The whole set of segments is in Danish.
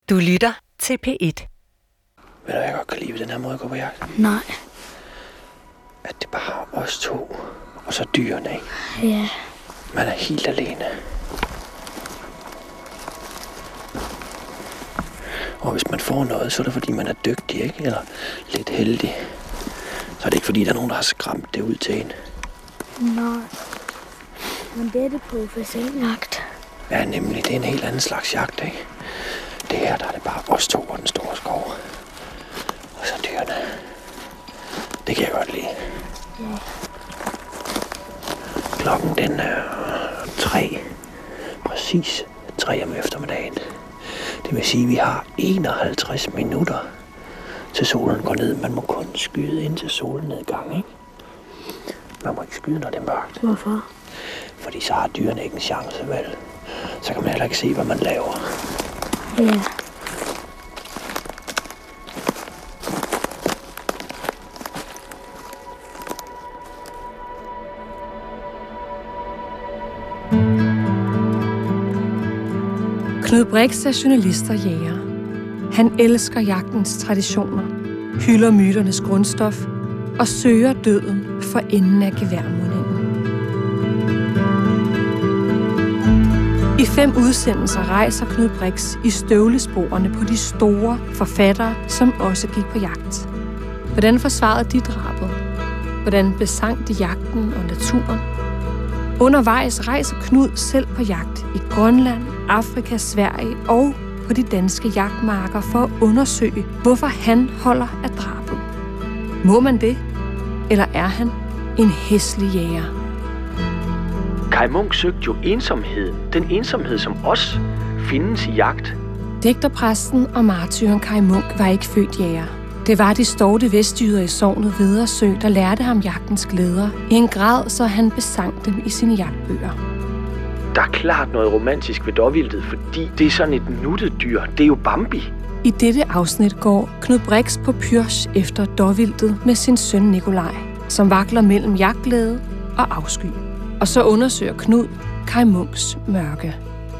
Du lytter til P1. Ved du, jeg godt kan lide ved den her måde at gå på jagt? Nej. At det bare er os to, og så dyrene, ikke? Ja. Man er helt alene. Og hvis man får noget, så er det fordi, man er dygtig, ikke? Eller lidt heldig. Så er det ikke fordi, der er nogen, der har skræmt det ud til en. Nej. Men det er det professionjagt. Ja, nemlig. Det er en helt anden slags jagt, ikke? Det her, der er det bare os to og den store skov. Og så dyrene. Det kan jeg godt lide. Ja. Klokken, den er 3. Præcis 3 om eftermiddagen. Det vil sige, at vi har 51 minutter til solen går ned. Man må kun skyde ind til solnedgang, ikke? Man må ikke skyde, når det er mørkt. Hvorfor? Fordi så har dyrene ikke en chance, vel? Så kan man heller ikke se, hvad man laver. Ja. Knud Brix er journalist og jæger. Han elsker jagtens traditioner, hylder myternes grundstof og søger døden for enden af geværmundingen. I 5 udsendelser rejser Knud Brix i støvlesporene på de store forfattere, som også gik på jagt. Hvordan forsvarede de drabet? Hvordan besang de jagten og naturen? Undervejs rejser Knud selv på jagt i Grønland, Afrika, Sverige og på de danske jagtmarker for at undersøge, hvorfor han holder af drabet. Må man det? Eller er han en hæslig jæger? Kaj Munk søgte jo ensomheden. Den ensomhed, som også findes i jagt. Digterpræsten og martyren Kaj Munk var ikke født jæger. Det var de stovte vestjyder i sognet Vedersø, der lærte ham jagtens glæder i en grad, så han besang dem i sine jagtbøger. Der er klart noget romantisk ved dåvildtet, fordi det er sådan et nuttet dyr. Det er jo Bambi. I dette afsnit går Knud Brix på pyrsch efter dåvildtet med sin søn Nikolaj, som vakler mellem jagtglæde og afsky. Og så undersøger Knud Kaj Munks mørke.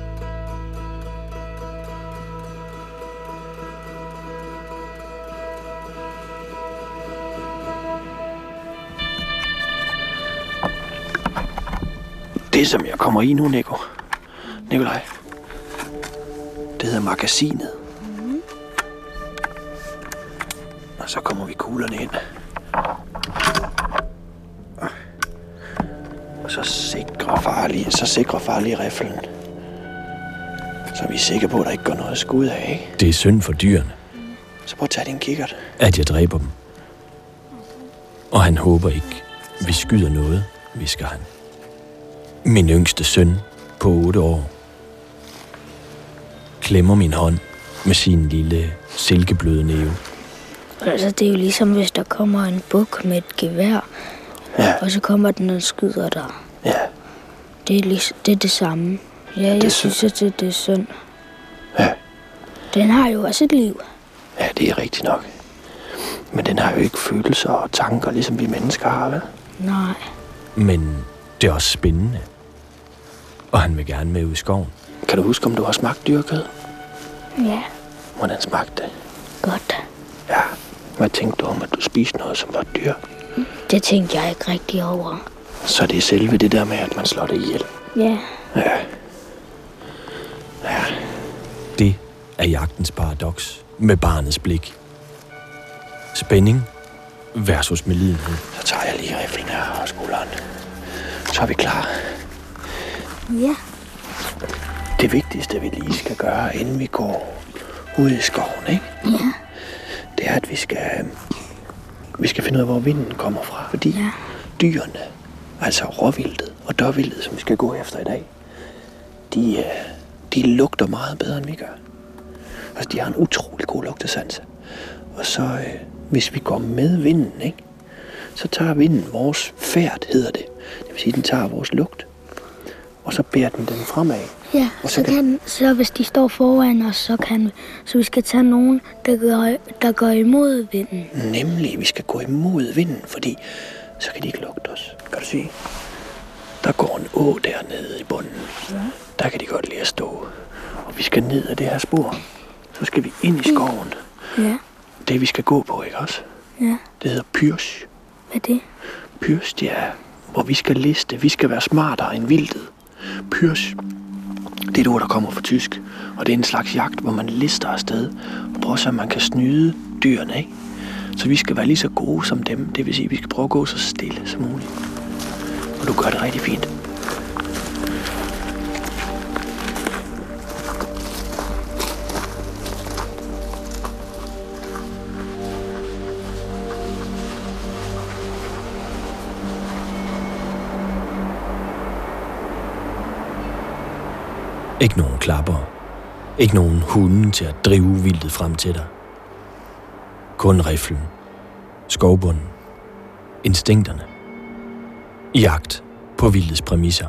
Det, som jeg kommer i nu, Nikolaj, det hedder magasinet. Og så kommer vi kuglerne ind. Og så sikrer farlige riflen. Så er vi sikre på, at der ikke går noget skud af, ikke? Det er synd for dyrene. Så prøv at tage din kikkert. At jeg dræber dem. Og han håber ikke, vi skyder noget, hvisker han. Min yngste søn på 8 år klemmer min hånd med sin lille silkebløde næve. Altså, det er jo ligesom, hvis der kommer en buk med et gevær, Ja. og så kommer den og skyder dig. Ja. Det er det samme. Ja, jeg synes, at det er synd. Ja. Den har jo også et liv. Ja, det er rigtigt nok. Men den har jo ikke følelser og tanker, ligesom vi mennesker har, vel? Nej. Men det er også spændende. Og han vil gerne med ud i skoven. Kan du huske, om du har smagt dyrkød? Ja, Hvordan smagte det? godt. Ja. Hvad tænkte du om, at du spiste noget, som var dyr? Det tænkte jeg ikke rigtig over. Så det er selve det der med, at man slår det ihjel. Ja. Ja. Ja. Det er jagtens paradoks med barnets blik. Spænding versus medlidenhed. Så tager jeg lige riflen her og skulderen. Så er vi klar. Ja. Det vigtigste, vi lige skal gøre, inden vi går ud i skoven, ikke? Ja. Det er, at vi skal finde ud af, hvor vinden kommer fra. Fordi dyrene, altså råvildtet og dåvildtet, som vi skal gå efter i dag, de lugter meget bedre, end vi gør. Altså, de har en utrolig god lugtesans. Og så, hvis vi går med vinden, ikke? Så tager vinden vores færd, hedder det. Det vil sige, den tager vores lugt. Og så bærer den fremad. Ja, og så hvis de står foran os, så vi skal tage nogen, der går imod vinden. Nemlig, vi skal gå imod vinden, fordi så kan de ikke lugte os. Kan du se? Der går en å dernede i bunden. Ja. Der kan de godt lide at stå. Og vi skal ned ad det her spor. så skal vi ind i skoven. Ja. Det vi skal gå på, ikke også? Ja. Det hedder Pyrsch. Hvad er det? Pyrsch, det er, hvor vi skal liste. Vi skal være smartere end vildtet. Pyrsch, det er et ord, der kommer fra tysk. Og det er en slags jagt, hvor man lister afsted. Og prøver så, at man kan snyde dyrene, ikke? Så vi skal være lige så gode som dem. Det vil sige, at vi skal prøve at gå så stille som muligt. Og du gør det rigtig fint. Ikke nogen klapper. Ikke nogen hunde til at drive vildtet frem til dig. Kun riflen. Skovbunden. Instinkterne. Jagt på vildtets præmisser.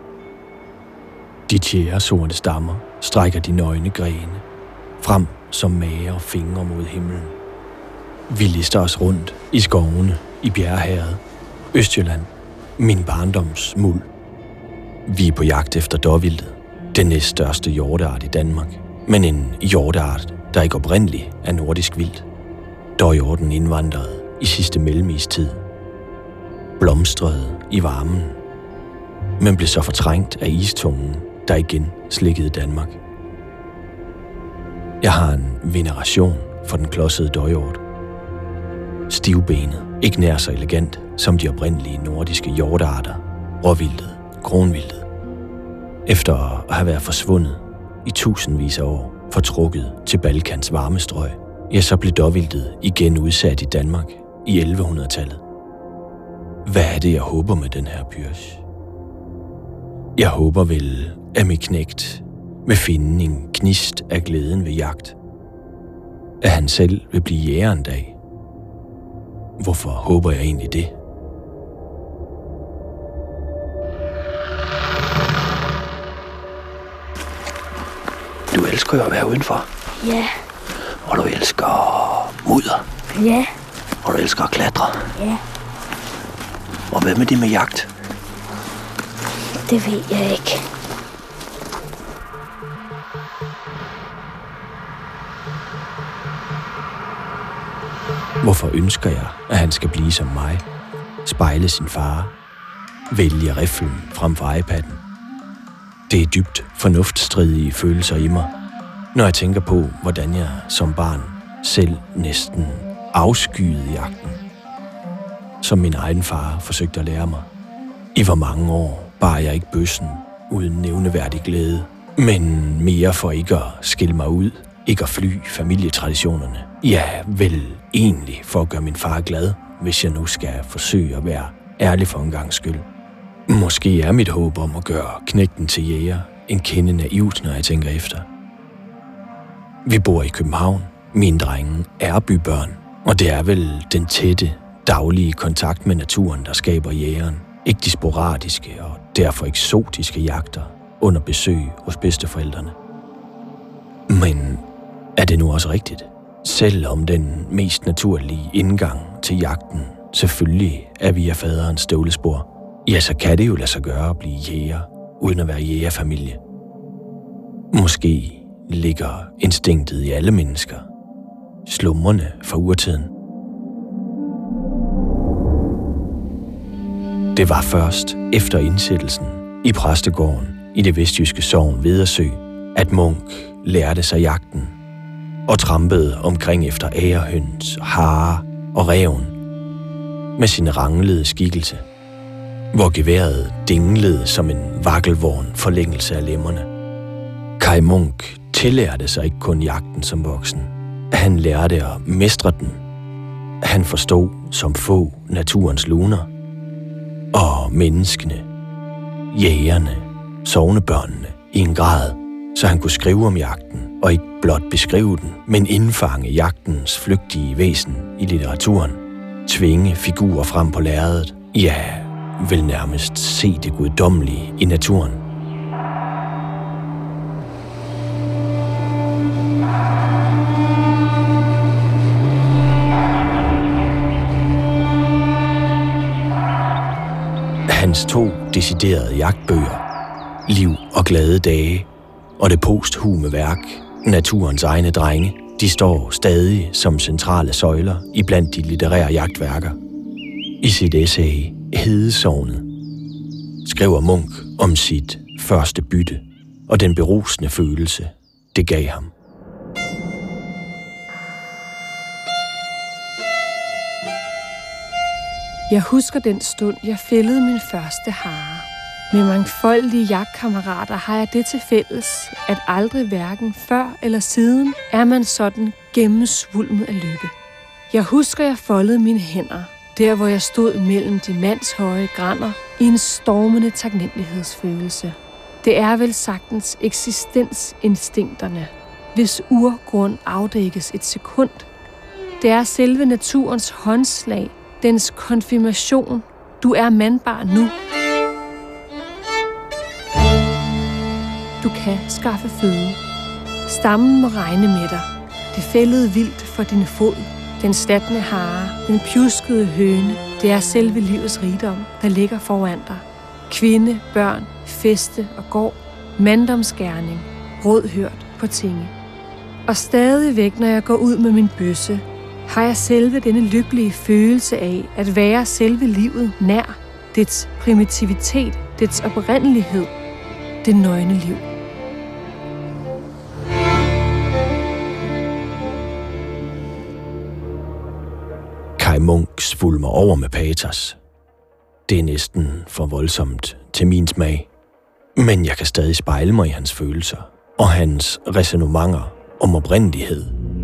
De tjære sorte stammer strækker de nøgne grene frem som magre fingre mod himlen. Vi lister os rundt i skovene i Bjergherred, Østjylland, min barndoms muld. Vi er på jagt efter dåvildtet, den næststørste hjorteart i Danmark, men en hjorteart, der ikke oprindeligt er nordisk vildt. Dåhjorten indvandrede i sidste mellemistid, blomstrede i varmen, men blev så fortrængt af istungen, der igen slikkede Danmark. Jeg har en veneration for den klodsede dåhjort. Stivbenet, ikke nær så elegant som de oprindelige nordiske hjortearter, råvildtet, kronvildtet. Efter at have været forsvundet i tusindvis af år, fortrukket til Balkans varmestrøg, ja, så blev dåvildtet igen udsat i Danmark i 1100-tallet. Hvad er det, jeg håber med den her Pyrsch? Jeg håber vel, at min knægt vil finde en gnist af glæden ved jagt. At han selv vil blive jæger en dag. Hvorfor håber jeg egentlig det? Du elsker jo at være udenfor. Ja. Og du elsker mudder. Ja. Og du elsker at klatre. Ja. Og hvad med det med jagt? Det ved jeg ikke. Hvorfor ønsker jeg, at han skal blive som mig? Spejle sin far? Vælge riflen frem for iPad'en? Det er dybt fornuftstridige følelser i mig, når jeg tænker på, hvordan jeg som barn selv næsten afskyede jagten. Som min egen far forsøgte at lære mig. I hvor mange år bar jeg ikke bøssen uden nævneværdig glæde, men mere for ikke at skille mig ud, ikke at fly familietraditionerne. Ja, vel egentlig for at gøre min far glad, hvis jeg nu skal forsøge at være ærlig for en gangs skyld. Måske er mit håb om at gøre knægten til jæger en kende naivt, når jeg tænker efter. Vi bor i København. Mine drenge er bybørn, og det er vel den tætte, daglige kontakt med naturen, der skaber jægeren. Ikke de sporadiske og derfor eksotiske jagter under besøg hos bedsteforældrene. Men er det nu også rigtigt? Selvom den mest naturlige indgang til jagten selvfølgelig er via faderens støvlespor, ja, så kan det jo lade sig gøre at blive jæger, uden at være jægerfamilie. Måske ligger instinktet i alle mennesker, slumrende fra urtiden. Det var først efter indsættelsen i præstegården i det vestjyske sogn Vedersø, at Munch lærte sig jagten og trampede omkring efter agerhøns, hare og ræven med sin ranglede skikkelse, hvor geværet dinglede som en vakkelvogn forlængelse af lemmerne. Kaj Munch tillærte sig ikke kun jagten som voksen. Han lærte at mestre den. Han forstod som få naturens luner. Og menneskene, jægerne, sognebørnene i en grad, så han kunne skrive om jagten og ikke blot beskrive den, men indfange jagtens flygtige væsen i litteraturen. Tvinge figurer frem på lærredet. Ja, vel nærmest se det guddommelige i naturen. Hans 2 deciderede jagtbøger, Liv og glade dage, og det posthume værk, Naturens egne drenge, de står stadig som centrale søjler iblandt de litterære jagtværker. I sit essay Hedesognet skriver Munch om sit første bytte og den berusende følelse, det gav ham. Jeg husker den stund, jeg fældede min første hare. Med mangfoldige jagtkammerater har jeg det til fælles, at aldrig hverken før eller siden er man sådan gennemsvulmet af lykke. Jeg husker, jeg foldede mine hænder, der hvor jeg stod mellem de mandshøje grænder i en stormende taknemmelighedsfølelse. Det er vel sagtens eksistensinstinkterne, hvis urgrund afdækkes et sekund. Det er selve naturens håndslag, dens konfirmation. Du er mandbar nu. Du kan skaffe føde. Stammen må regne med dig. Det fældede vildt for din fod. Den slatne hare, den pjuskede høne. Det er selve livets rigdom, der ligger foran dig. Kvinde, børn, feste og gård. Manddomsgerning. Råd hørt på tinge. Og stadigvæk, når jeg går ud med min bøsse, har jeg selve denne lykkelige følelse af at være selve livet nær. Dets primitivitet, dets oprindelighed. Det nøgne liv. Kaj Munch svulmer over med patos. Det er næsten for voldsomt til min smag. Men jeg kan stadig spejle mig i hans følelser og hans ræsonnementer om oprindelighed.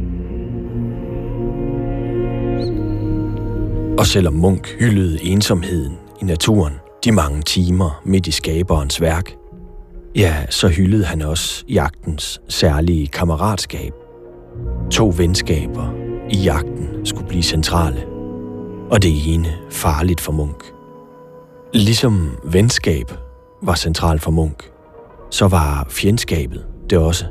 Og selvom Munch hyldede ensomheden i naturen de mange timer midt i skaberens værk, ja, så hyldede han også jagtens særlige kammeratskab. 2 venskaber i jagten skulle blive centrale, og det ene farligt for Munch. Ligesom venskab var centralt for Munch, så var fjendskabet det også.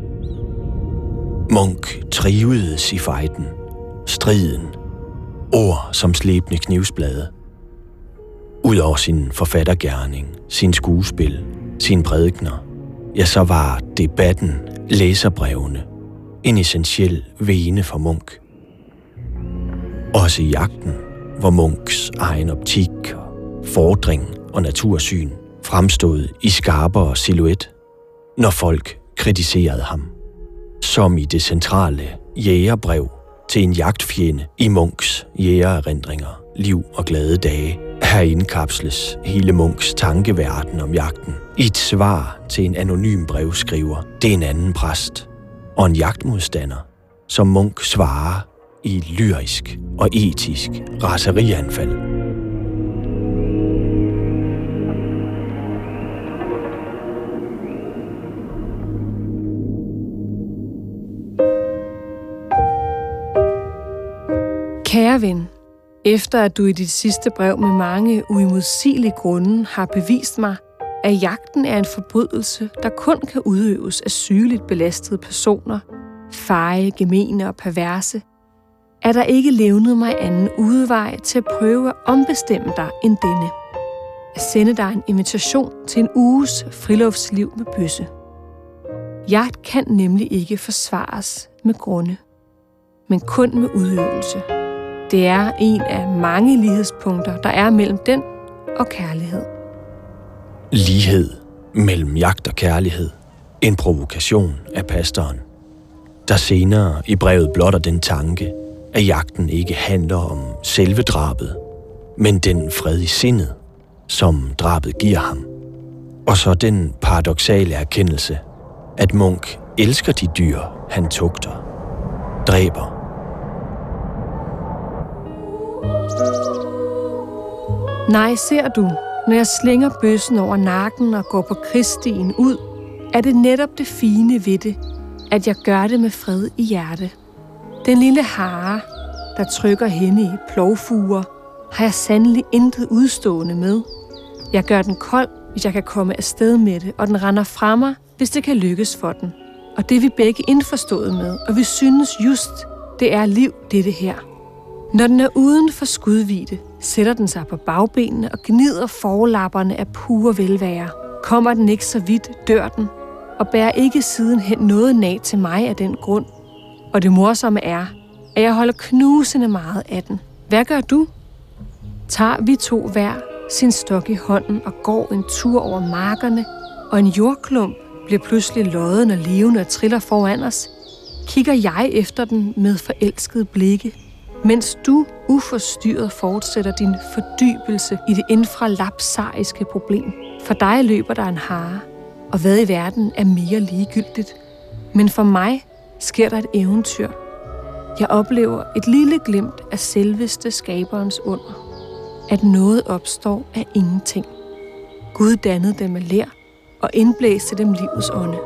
Munch trivedes i fejden, striden, ord som slebne knivsblade. Udover sin forfattergerning, sin skuespil, sine prædikener, ja, så var debatten, læserbrevene, en essentiel vene for Munch. Også i jagten, hvor Munchs egen optik, fordring og natursyn fremstod i skarpere silhuet, når folk kritiserede ham. Som i det centrale jægerbrev til en jagtfjende i Munchs jægererindringer, Liv og glade dage. Her indkapsles hele Munchs tankeverden om jagten i et svar til en anonym brevskriver. Det er en anden præst og en jagtmodstander, som Munch svarer i et lyrisk og etisk raserianfald. Kære ven, efter at du i dit sidste brev med mange uimodsigelige grunde har bevist mig, at jagten er en forbrydelse, der kun kan udøves af sygeligt belastede personer, feje, gemene og perverse, er der ikke levnet mig anden udvej til at prøve at ombestemme dig end denne. At sende dig en invitation til en uges friluftsliv med bøsse. Jagt kan nemlig ikke forsvares med grunde, men kun med udøvelse. Det er en af mange lighedspunkter, der er mellem den og kærlighed. Lighed mellem jagt og kærlighed. En provokation af pastoren, der senere i brevet blotter den tanke, at jagten ikke handler om selve drabet, men den fred i sindet, som drabet giver ham. Og så den paradoksale erkendelse, at Munch elsker de dyr, han tugter, dræber. Nej, ser du, når jeg slænger bøssen over nakken og går på krigsstien ud, er det netop det fine ved det, at jeg gør det med fred i hjerte. Den lille hare, der trykker hende i plovfuger, har jeg sandelig intet udstående med. Jeg gør den kold, hvis jeg kan komme afsted med det, og den render fra mig, hvis det kan lykkes for den. Og det er vi begge indforstået med, og vi synes just, det er liv, dette her. Når den er uden for skudvidde, sætter den sig på bagbenene og gnider forlapperne af pure velvære. Kommer den ikke så vidt, dør den. og bærer ikke sidenhen noget nag til mig af den grund. Og det morsomme er, at jeg holder knusende meget af den. Hvad gør du? Tager vi to hver sin stok i hånden og går en tur over markerne, og en jordklump bliver pludselig lodden og levende og triller foran os, kigger jeg efter den med forelskede blikke, mens du uforstyrret fortsætter din fordybelse i det infralapsariske problem. For dig løber der en hare, og hvad i verden er mere ligegyldigt. Men for mig sker der et eventyr. Jeg oplever et lille glimt af selveste skaberens under. At noget opstår af ingenting. Gud dannede dem af ler og indblæste dem livets ånde.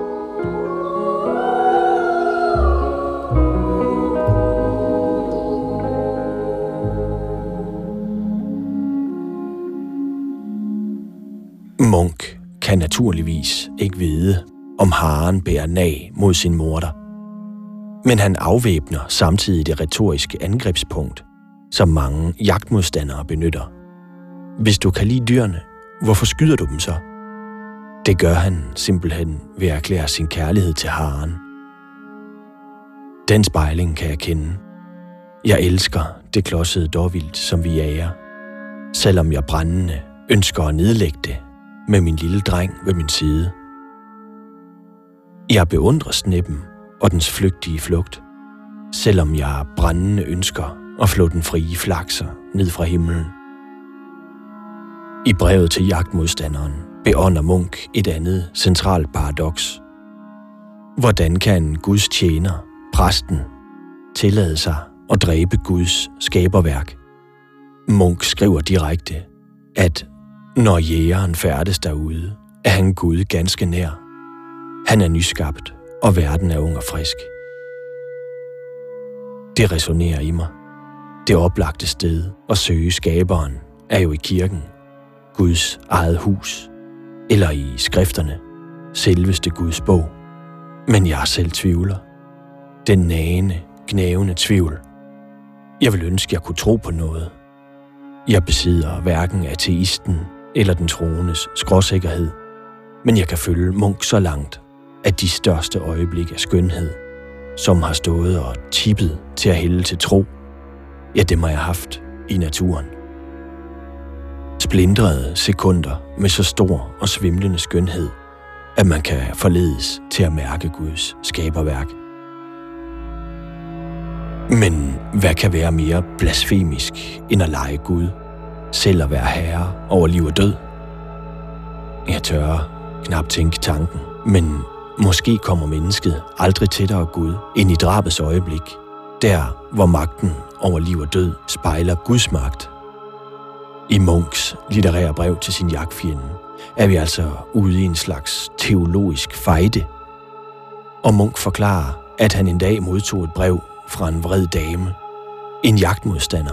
Munch kan naturligvis ikke vide, om haren bærer nag mod sin morder. Men han afvæbner samtidig det retoriske angrebspunkt, som mange jagtmodstandere benytter. Hvis du kan lide dyrene, hvorfor skyder du dem så? Det gør han simpelthen ved at erklære sin kærlighed til haren. Den spejling kan jeg kende. Jeg elsker det klodsede dårvildt, som vi jager, selvom jeg brændende ønsker at nedlægge det med min lille dreng ved min side. Jeg beundrer sneppen og dens flygtige flugt, selvom jeg brændende ønsker at flå den frie flakser ned fra himlen. I brevet til jagtmodstanderen beånder Munch et andet centralt paradoks. Hvordan kan Guds tjener, præsten, tillade sig at dræbe Guds skaberværk? Munch skriver direkte, at når jægeren færdes derude, er han Gud ganske nær. Han er nyskabt, og verden er ung og frisk. Det resonerer i mig. Det oplagte sted at søge skaberen er jo i kirken, Guds eget hus, eller i skrifterne, selveste Guds bog. Men jeg selv tvivler. Den nagende, gnavende tvivl. Jeg vil ønske, jeg kunne tro på noget. Jeg besidder hverken ateisten eller den troendes skråsikkerhed, men jeg kan følge Munch så langt, at de største øjeblik af skønhed, som har stået og tippet til at hælde til tro, ja, dem har jeg haft i naturen. Splindrede sekunder med så stor og svimlende skønhed, at man kan forledes til at mærke Guds skaberværk. Men hvad kan være mere blasfemisk end at lege Gud, selv at være herre over liv og død? Jeg tør knap tænke tanken, men måske kommer mennesket aldrig tættere Gud end i drabets øjeblik, der hvor magten over liv og død spejler Guds magt. I Munchs litterære brev til sin jagtfjende er vi altså ude i en slags teologisk fejde. Og Munch forklarer, at han en dag modtog et brev fra en vred dame, en jagtmodstander.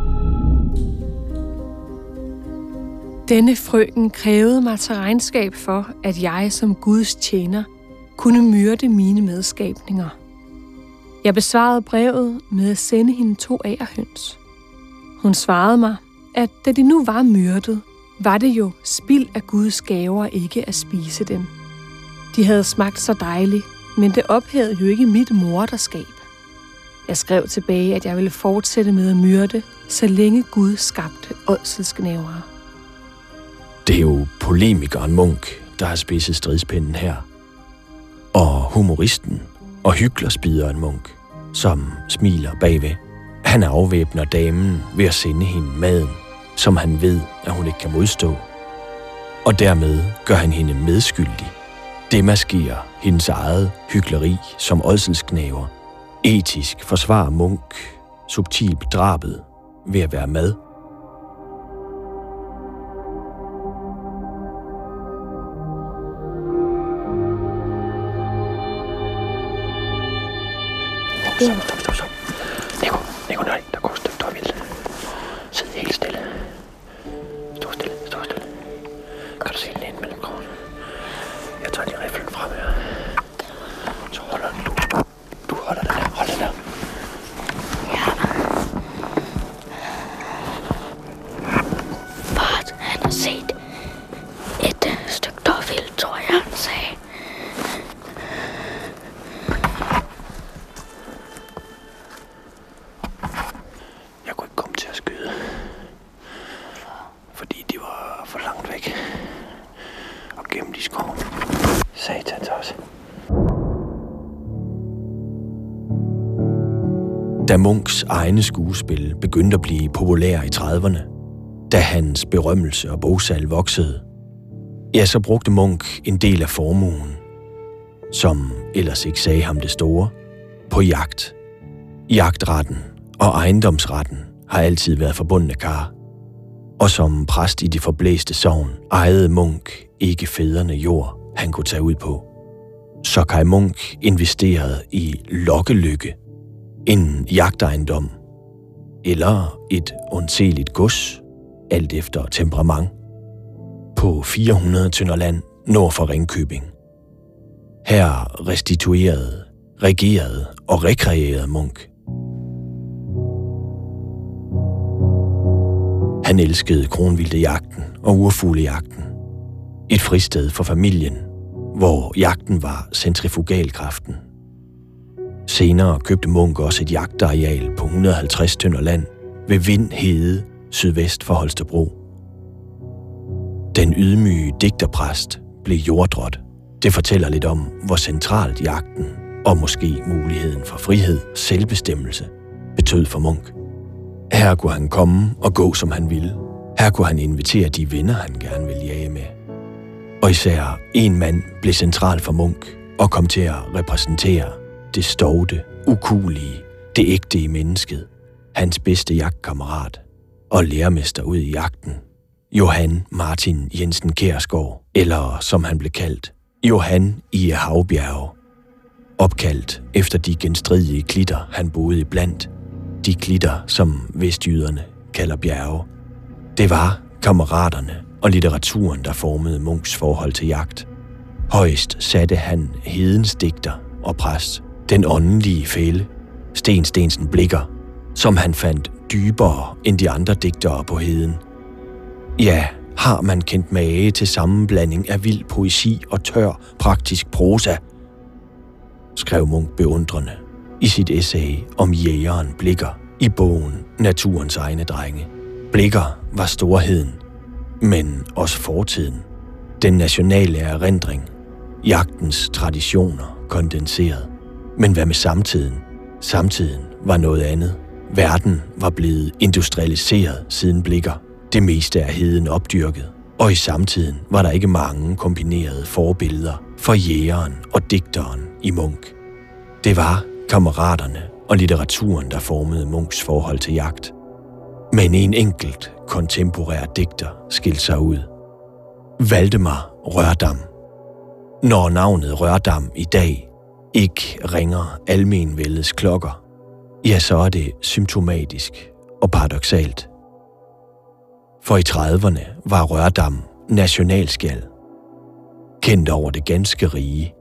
Denne frøken krævede mig til regnskab for, at jeg som Guds tjener kunne myrde mine medskabninger. Jeg besvarede brevet med at sende hende 2 agerhøns. Hun svarede mig, at da de nu var myrdet, var det jo spild af Guds gaver ikke at spise dem. De havde smagt så dejligt, men det ophævede jo ikke mit morderskab. Jeg skrev tilbage, at jeg ville fortsætte med at myrde, så længe Gud skabte ådselsgnævere. Det er jo polemikeren Munch, der har spidset stridspinden her. Og humoristen og hyklerspideren Munch, som smiler bagved. Han afvæbner damen ved at sende hende maden, som han ved, at hun ikke kan modstå. Og dermed gør han hende medskyldig. Demaskerer hendes eget hykleri som ådselsgnæver. Etisk forsvarer Munch subtilt drabet ved at være med. Stop. Nico, nej, der går støbt og vildt. Sid helt stille. Stå stille. Kan du se den ind mellem krogen? Jeg tager lige riflen frem her. Så holder den. Du holder den der. Hold den der. Ja. Far, han har set et stykke dårvildt, tror jeg, han sagde. Da Munchs egne skuespil begyndte at blive populære i 30'erne, da hans berømmelse og bogsalg voksede, ja, så brugte Munch en del af formuen, som ellers ikke sagde ham det store, på jagt. Jagtretten og ejendomsretten har altid været forbundne kar, og som præst i de forblæste sogn ejede Munch ikke fædrene jord, han kunne tage ud på. Så Kaj Munch investerede i Lokkelykke, en jagtejendom, eller et undseligt gods, alt efter temperament, på 400 tønder land nord for Ringkøbing. Her restituerede, regerede og rekreerede Munch. Han elskede kronvildejagten og urfuglejagten. Et fristed for familien, hvor jagten var centrifugalkraften. Senere købte Munch også et jagtareal på 150 tønder land ved Vind Hede, sydvest for Holstebro. Den ydmyge digterpræst blev jorddrot. Det fortæller lidt om, hvor centralt jagten og måske muligheden for frihed, selvbestemmelse, betød for Munch. Her kunne han komme og gå, som han ville. Her kunne han invitere de venner, han gerne ville jage med. Og især en mand blev central for Munch og kom til at repræsentere det stovte, ukuelige, det ægte i mennesket, hans bedste jagtkammerat og lærermester ud i jagten, Johan Martin Jensen Kjærsgaard, eller som han blev kaldt, Johan i Havbjerge, opkaldt efter de genstridige klitter, han boede i blandt, de klitter, som vestjyderne kalder bjerge. Det var kammeraterne og litteraturen, der formede Munchs forhold til jagt. Højst satte han hedens digter og præst, den åndelige fæle, Sten Stensen Blicher, som han fandt dybere end de andre digtere på heden. Ja, har man kendt mage til sammenblanding af vild poesi og tør, praktisk prosa, skrev Munch beundrende i sit essay om jægeren Blicher i bogen Naturens egne drenge. Blicher var storheden, men også fortiden, den nationale erindring, jagtens traditioner kondenseret. Men hvad med samtiden? Samtiden var noget andet. Verden var blevet industrialiseret siden Blicher. Det meste af heden opdyrket, og i samtiden var der ikke mange kombinerede forbilleder for jægeren og digteren i Munch. Det var kammeraterne og litteraturen, der formede Munchs forhold til jagt. Men en enkelt kontemporær digter skilte sig ud. Valdemar Rørdam. Når navnet Rørdam i dag ikke ringer almenvældets klokker, ja, så er det symptomatisk og paradoksalt. For i 30'erne var Rørdam nationalskjald, kendt over det ganske rige.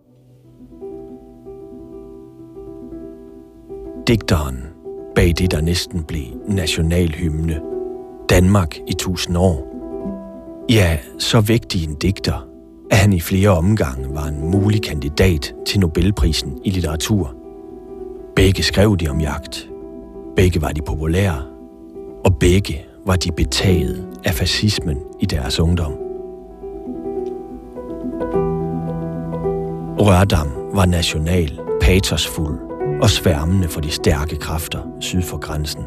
Digteren bag det, der næsten blev nationalhymne, Danmark i 1000 år. Ja, så vægtig en digter, at han i flere omgange var en mulig kandidat til Nobelprisen i litteratur. Begge skrev de om jagt. Begge var de populære. Og begge var de betaget af fascismen i deres ungdom. Rørdam var national, patosfuld og sværmende for de stærke kræfter syd for grænsen.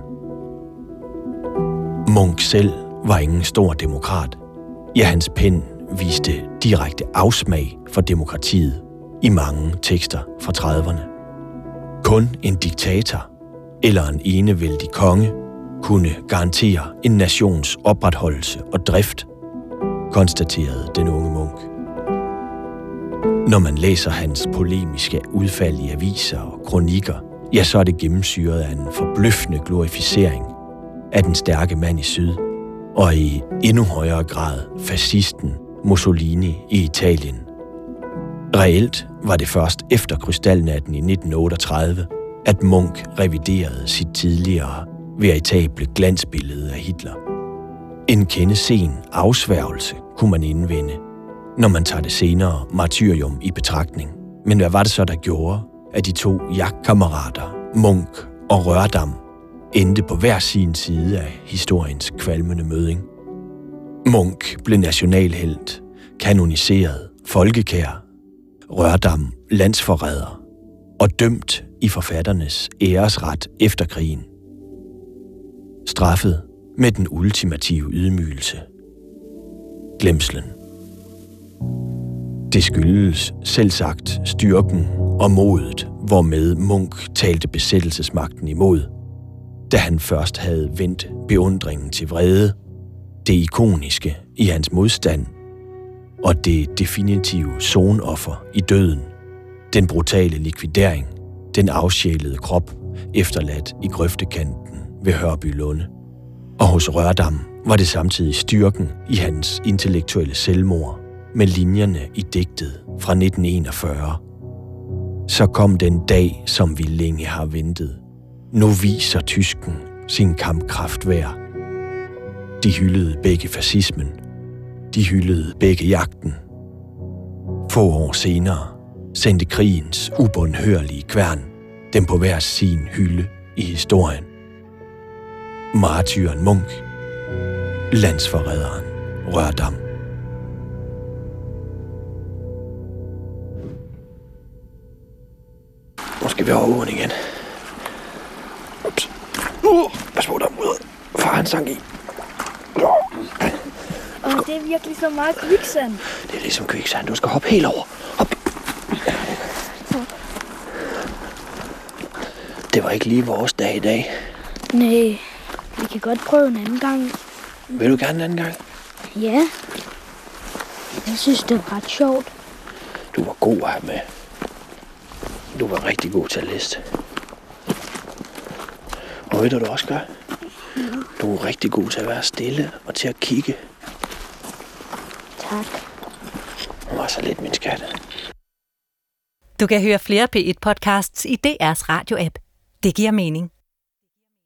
Munch selv var ingen stor demokrat. Ja, hans pen viste direkte afsmag for demokratiet i mange tekster fra 30'erne. Kun en diktator eller en enevældig konge kunne garantere en nations opretholdelse og drift, konstaterede den unge Munch. Når man læser hans polemiske udfald i aviser og kronikker, ja, så er det gennemsyret af en forbløffende glorificering af den stærke mand i syd, og i endnu højere grad fascisten Mussolini i Italien. Reelt var det først efter krystalnatten i 1938, at Munch reviderede sit tidligere veritable glansbillede af Hitler. En kende sen afsværgelse kunne man indvende, når man tager det senere martyrium i betragtning. Men hvad var det så, der gjorde, at de to jagtkammerater, Munch og Rørdam, endte på hver sin side af historiens kvalmende møding? Munch blev nationalhelt, kanoniseret, folkekær, Rørdam landsforræder og dømt i forfatternes æresret efter krigen. Straffet med den ultimative ydmygelse. Glemslen. Det skyldes selvsagt styrken og modet, hvormed Munch talte besættelsesmagten imod, da han først havde vendt beundringen til vrede, det ikoniske i hans modstand og det definitive sonoffer i døden, den brutale likvidering, den afsjælede krop, efterladt i grøftekanten ved Hørby Lunde. Og hos Rørdam var det samtidig styrken i hans intellektuelle selvmord med linjerne i digtet fra 1941. Så kom den dag, som vi længe har ventet. Nu viser tysken sin kampkraft værd. De hyldede begge fascismen. De hyldede begge jagten. Få år senere sendte krigens ubundhørlige kværn dem på hver sin hylde i historien. Martyren Munch, landsforræderen Rørdam. Nu skal vi over åen igen. Ups. Pas på, der er mudder. Far, han sank i. Og det er virkelig så meget kviksand. Det er ligesom kviksand. Du skal hoppe helt over. Hop. Det var ikke lige vores dag i dag. Nej, vi kan godt prøve en anden gang. Vil du gerne en anden gang? Ja. Jeg synes, det er ret sjovt. Du var god at have med. Du var rigtig god til at liste. Og ved du, hvad du også gør? Du er rigtig god til at være stille og til at kigge. Tak. Hun var så lidt, min skat. Du kan høre flere P1-podcasts i DR's radio-app. Det giver mening.